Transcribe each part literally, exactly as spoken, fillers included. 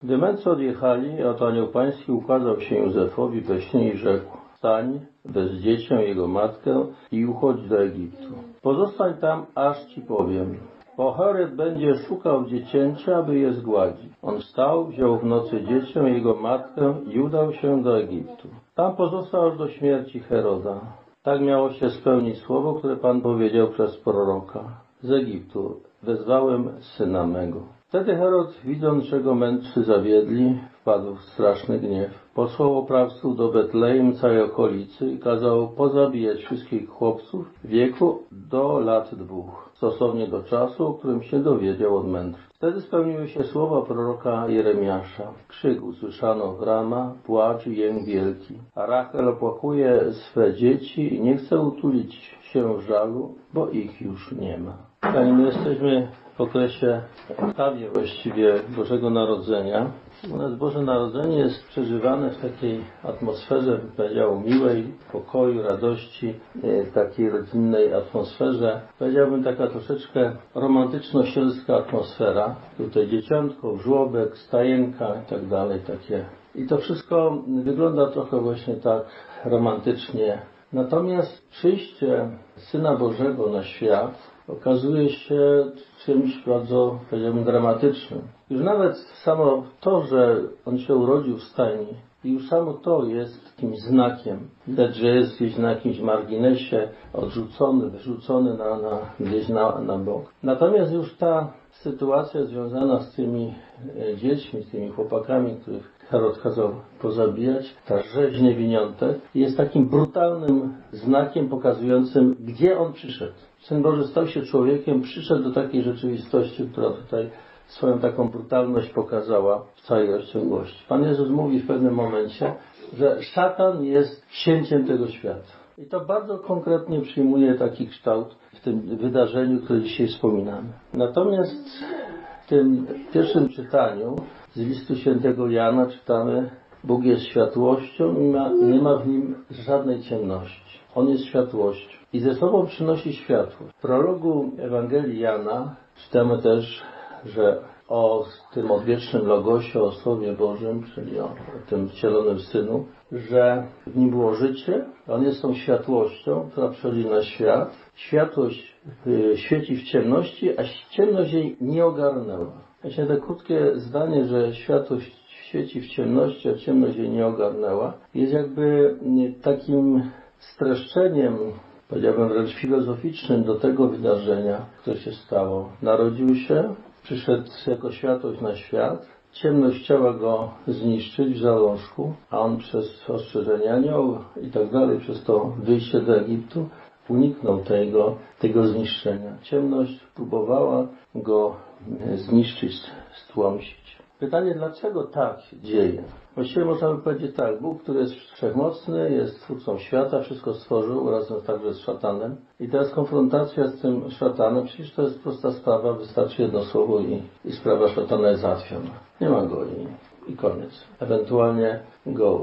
Gdy mędrcy odjechali, oto anioł pański ukazał się Józefowi we śnie i rzekł: Wstań, wez dziecię jego matkę i uchodź do Egiptu. Pozostań tam, aż ci powiem. Bo Herod będzie szukał dziecięcia, aby je zgładzić. On wstał, wziął w nocy dziecię, jego matkę i udał się do Egiptu. Tam pozostał aż do śmierci Heroda. Tak miało się spełnić słowo, które Pan powiedział przez proroka. Z Egiptu wezwałem syna mego. Wtedy Herod, widząc, że go mędrcy zawiedli, wpadł w straszny gniew. Posłał oprawców do Betlejem, całej okolicy i kazał pozabijać wszystkich chłopców w wieku do lat dwóch, stosownie do czasu, o którym się dowiedział od mędrców. Wtedy spełniły się słowa proroka Jeremiasza. Krzyk usłyszano w Rama, płacz i jęk wielki. A Rachel opłakuje swe dzieci i nie chce utulić się w żalu, bo ich już nie ma. Pani, my jesteśmy w okresie prawie właściwie Bożego Narodzenia. U nas Boże Narodzenie jest przeżywane w takiej atmosferze, bym powiedział, miłej, pokoju, radości, takiej rodzinnej atmosferze. Powiedziałbym taka troszeczkę romantyczno-sielska atmosfera. Tutaj dzieciątko, żłobek, stajenka i tak dalej, takie. I to wszystko wygląda trochę właśnie tak romantycznie. Natomiast przyjście Syna Bożego na świat okazuje się czymś bardzo, powiedziałbym, dramatycznym. Już nawet samo to, że on się urodził w stajni, i już samo to jest jakimś znakiem. Widać, że jest gdzieś na jakimś marginesie, odrzucony, wyrzucony na, na, gdzieś na, na bok. Natomiast już ta sytuacja związana z tymi dziećmi, z tymi chłopakami, których Herod kazał pozabijać, ta rzeź niewiniątek, jest takim brutalnym znakiem pokazującym, gdzie on przyszedł. Syn Boży stał się człowiekiem, przyszedł do takiej rzeczywistości, która tutaj swoją taką brutalność pokazała w całej rozciągłości. Pan Jezus mówi w pewnym momencie, że szatan jest księciem tego świata. I to bardzo konkretnie przyjmuje taki kształt w tym wydarzeniu, które dzisiaj wspominamy. Natomiast w tym pierwszym czytaniu z listu świętego Jana czytamy: Bóg jest światłością i ma, nie ma w nim żadnej ciemności. On jest światłością i ze sobą przynosi światło. W prologu Ewangelii Jana czytamy też, że o tym odwiecznym Logosie, o Słowie Bożym, czyli o tym wcielonym Synu, że w nim było życie, on jest tą światłością, która przychodzi na świat. Światłość y, świeci w ciemności, a ciemność jej nie ogarnęła. Właśnie to krótkie zdanie, że światłość świeci w ciemności, a ciemność jej nie ogarnęła, jest jakby takim streszczeniem, powiedziałbym wręcz filozoficznym, do tego wydarzenia, które się stało. Narodził się, przyszedł jako światłość na świat, ciemność chciała go zniszczyć w zalążku, a on przez ostrzeżenie aniołów i tak dalej, przez to wyjście do Egiptu, uniknął tego, tego zniszczenia. Ciemność próbowała go zniszczyć, stłamsić. Pytanie, dlaczego tak się dzieje? Właściwie można by powiedzieć tak, Bóg, który jest wszechmocny, jest twórcą świata, wszystko stworzył, razem także z szatanem. I teraz konfrontacja z tym szatanem, przecież to jest prosta sprawa, wystarczy jedno słowo i, i sprawa szatana jest załatwiona. Nie ma go i, i koniec. Ewentualnie go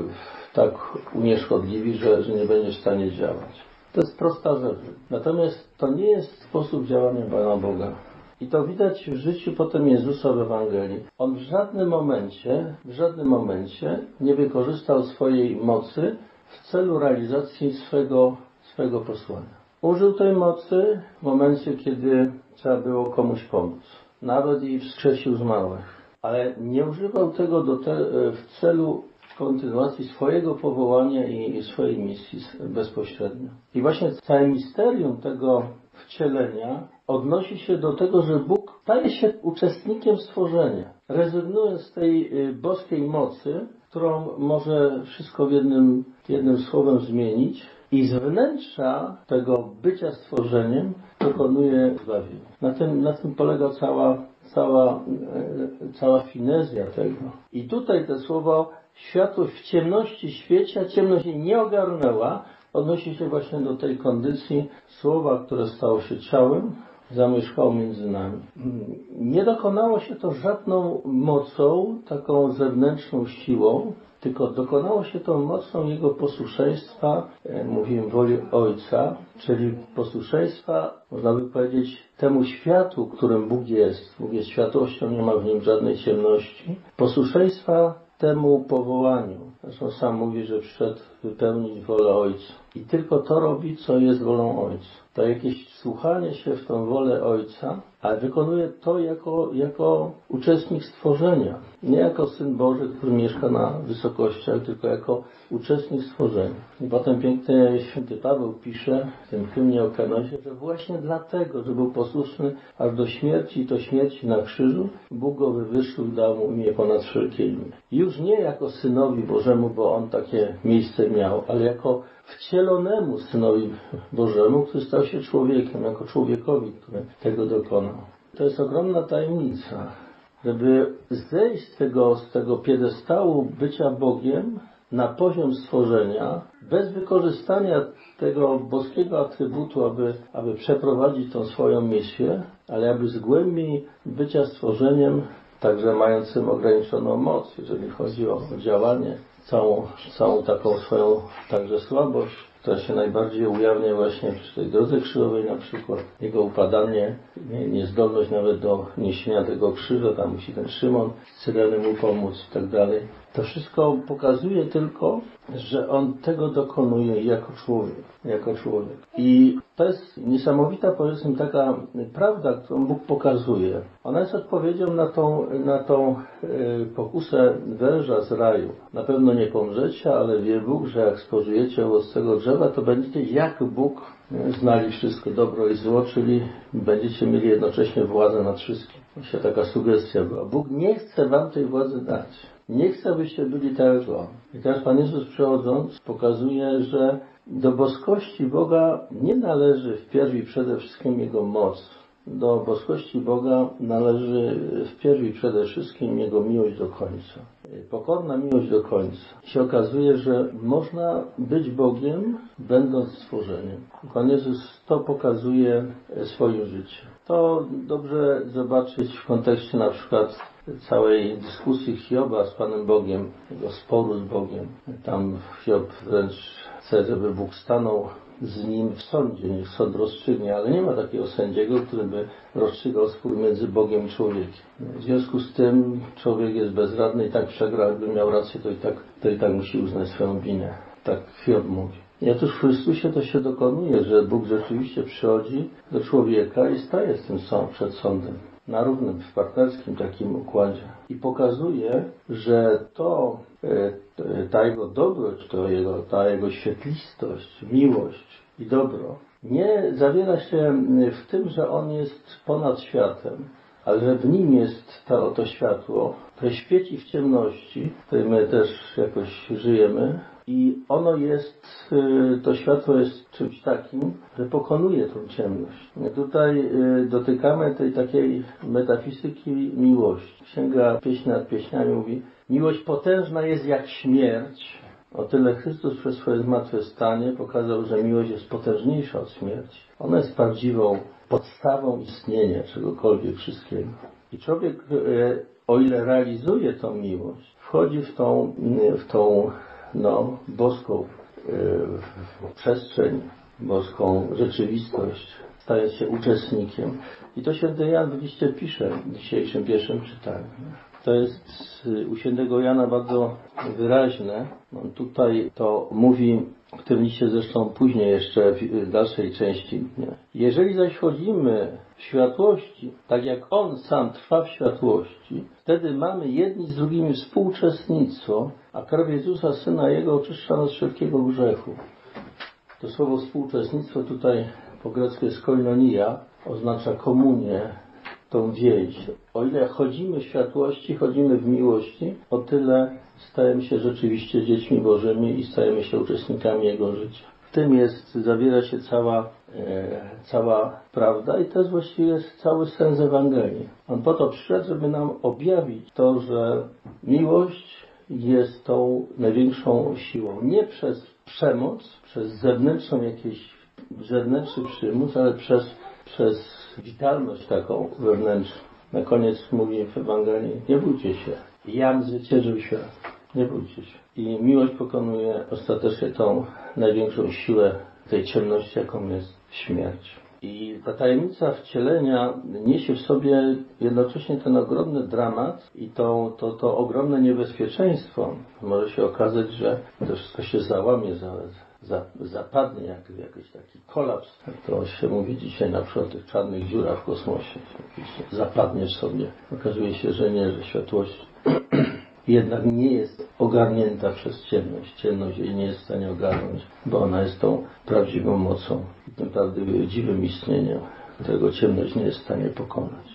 y, tak unieszkodliwi, że, że nie będzie w stanie działać. To jest prosta rzecz. Natomiast to nie jest sposób działania Pana Boga. I to widać w życiu potem Jezusa w Ewangelii. On w żadnym momencie, w żadnym momencie nie wykorzystał swojej mocy w celu realizacji swego, swego posłania. Użył tej mocy w momencie, kiedy trzeba było komuś pomóc. Nawet i wskrzesił zmarłych. Ale nie używał tego do te, w celu kontynuacji swojego powołania i, i swojej misji bezpośrednio. I właśnie całe misterium tego wcielenia odnosi się do tego, że Bóg staje się uczestnikiem stworzenia. Rezygnując z tej boskiej mocy, którą może wszystko w jednym, jednym słowem zmienić, i z wnętrza tego bycia stworzeniem dokonuje zbawienia. Na tym, na tym polega cała, cała, cała finezja tego. I tutaj to słowo światłość w ciemności świeci, a ciemność jej nie ogarnęła, odnosi się właśnie do tej kondycji słowa, które stało się ciałem, zamieszkało między nami. Nie dokonało się to żadną mocą, taką zewnętrzną siłą, tylko dokonało się to mocą Jego posłuszeństwa, e, mówimy woli Ojca, czyli posłuszeństwa, można by powiedzieć, temu światu, którym Bóg jest. Bóg jest światłością, nie ma w nim żadnej ciemności. Posłuszeństwa temu powołaniu. Zresztą sam mówi, że przyszedł wypełnić wolę Ojca. I tylko to robi, co jest wolą Ojca. To jakieś wsłuchanie się w tą wolę Ojca, ale wykonuje to jako, jako uczestnik stworzenia. Nie jako Syn Boży, który mieszka na wysokościach, tylko jako uczestnik stworzenia. I potem pięknie święty Paweł pisze w tym hymnie o Kenosie, że właśnie dlatego, że był posłuszny aż do śmierci i to śmierci na krzyżu, Bóg go wywyższył, dał mu imię ponad wszelkie imię. I już nie jako Synowi Bożemu, bo on takie miejsce miał, ale jako wcielonemu Synowi Bożemu, który stał się człowiekiem, jako człowiekowi, który tego dokonał. To jest ogromna tajemnica, żeby zejść z tego, z tego piedestału bycia Bogiem na poziom stworzenia, bez wykorzystania tego boskiego atrybutu, aby, aby przeprowadzić tą swoją misję, ale aby z głębi bycia stworzeniem, także mającym ograniczoną moc, jeżeli chodzi o działanie, całą, całą taką swoją także słabość, która się najbardziej ujawnia właśnie przy tej drodze krzyżowej na przykład. Jego upadanie, nie, niezdolność nawet do niesienia tego krzyża, tam musi ten Szymon z Cyreny mu pomóc i tak dalej. To wszystko pokazuje tylko, że on tego dokonuje jako człowiek, jako człowiek. I to jest niesamowita, powiedzmy, taka prawda, którą Bóg pokazuje. Ona jest odpowiedzią na tą, na tą yy, pokusę węża z raju. Na pewno nie pomrzecie, ale wie Bóg, że jak spożyjecie owoc tego drzewa, to będziecie jak Bóg znali wszystko dobro i zło, czyli będziecie mieli jednocześnie władzę nad wszystkim. Właśnie taka sugestia była. Bóg nie chce wam tej władzy dać. Nie chce, abyście byli tak jak On. I teraz Pan Jezus przychodząc pokazuje, że do boskości Boga nie należy wpierw i przede wszystkim Jego moc. Do boskości Boga należy wpierw i przede wszystkim Jego miłość do końca. Pokorna miłość do końca. I się okazuje, że można być Bogiem, będąc stworzeniem. Pan Jezus to pokazuje swoim życiem. To dobrze zobaczyć w kontekście na przykład całej dyskusji Hioba z Panem Bogiem, jego sporu z Bogiem. Tam Hiob wręcz chce, żeby Bóg stanął z nim w sądzie, niech sąd rozstrzygnie, ale nie ma takiego sędziego, który by rozstrzygał spór między Bogiem i człowiekiem. W związku z tym człowiek jest bezradny i tak przegrał, jakby miał rację, to i tak, to i tak musi uznać swoją winę. Tak Hiob mówi. I otóż w Chrystusie to się dokonuje, że Bóg rzeczywiście przychodzi do człowieka i staje z tym sąd, przed sądem. Na równym, w partnerskim takim układzie. I pokazuje, że to, ta jego dobroć, to jego, ta jego świetlistość, miłość i dobro nie zawiera się w tym, że on jest ponad światem, ale że w nim jest to, to światło, które świeci w ciemności, w której my też jakoś żyjemy. I ono jest, to światło jest czymś takim, że pokonuje tą ciemność. Tutaj dotykamy tej takiej metafizyki miłości. Księga Pieśni nad Pieśniami mówi, miłość potężna jest jak śmierć. O tyle Chrystus przez swoje zmartwychwstanie pokazał, że miłość jest potężniejsza od śmierci. Ona jest prawdziwą podstawą istnienia czegokolwiek wszystkiego. I człowiek, o ile realizuje tą miłość, wchodzi w tą, w tą no, boską y, przestrzeń, boską rzeczywistość, stając się uczestnikiem. I to święty Jan w liście pisze w dzisiejszym pierwszym czytaniu. To jest u świętego Jana bardzo wyraźne. On tutaj to mówi w tym liście, zresztą później jeszcze w dalszej części. Jeżeli zaś chodzimy w światłości, tak jak On sam trwa w światłości, wtedy mamy jedni z drugimi współuczestnictwo, a krew Jezusa, Syna Jego, oczyszcza nas z wszelkiego grzechu. To słowo współuczestnictwo tutaj po grecku jest koinonia, oznacza komunię, tą więź. O ile chodzimy w światłości, chodzimy w miłości, o tyle stajemy się rzeczywiście dziećmi Bożymi i stajemy się uczestnikami Jego życia. W tym jest, zawiera się cała, e, cała prawda i to jest właściwie cały sens Ewangelii. On po to przyszedł, żeby nam objawić to, że miłość jest tą największą siłą. Nie przez przemoc, przez zewnętrzną jakieś, zewnętrzny przymus, ale przez, przez witalność taką wewnętrzną. Na koniec mówi w Ewangelii, nie bójcie się, Jam zwyciężył świat. Nie bójcie się. I miłość pokonuje ostatecznie tą największą siłę tej ciemności, jaką jest śmierć. I ta tajemnica wcielenia niesie w sobie jednocześnie ten ogromny dramat i to, to, to ogromne niebezpieczeństwo. Może się okazać, że to wszystko się załamie, za, za, zapadnie jak jakiś taki kolaps. To się mówi dzisiaj na przykład o tych czarnych dziurach w kosmosie. Zapadnie w sobie. Okazuje się, że nie, że światłość jednak nie jest ogarnięta przez ciemność. Ciemność jej nie jest w stanie ogarnąć, bo ona jest tą prawdziwą mocą i tym prawdziwym istnieniem, którego ciemność nie jest w stanie pokonać.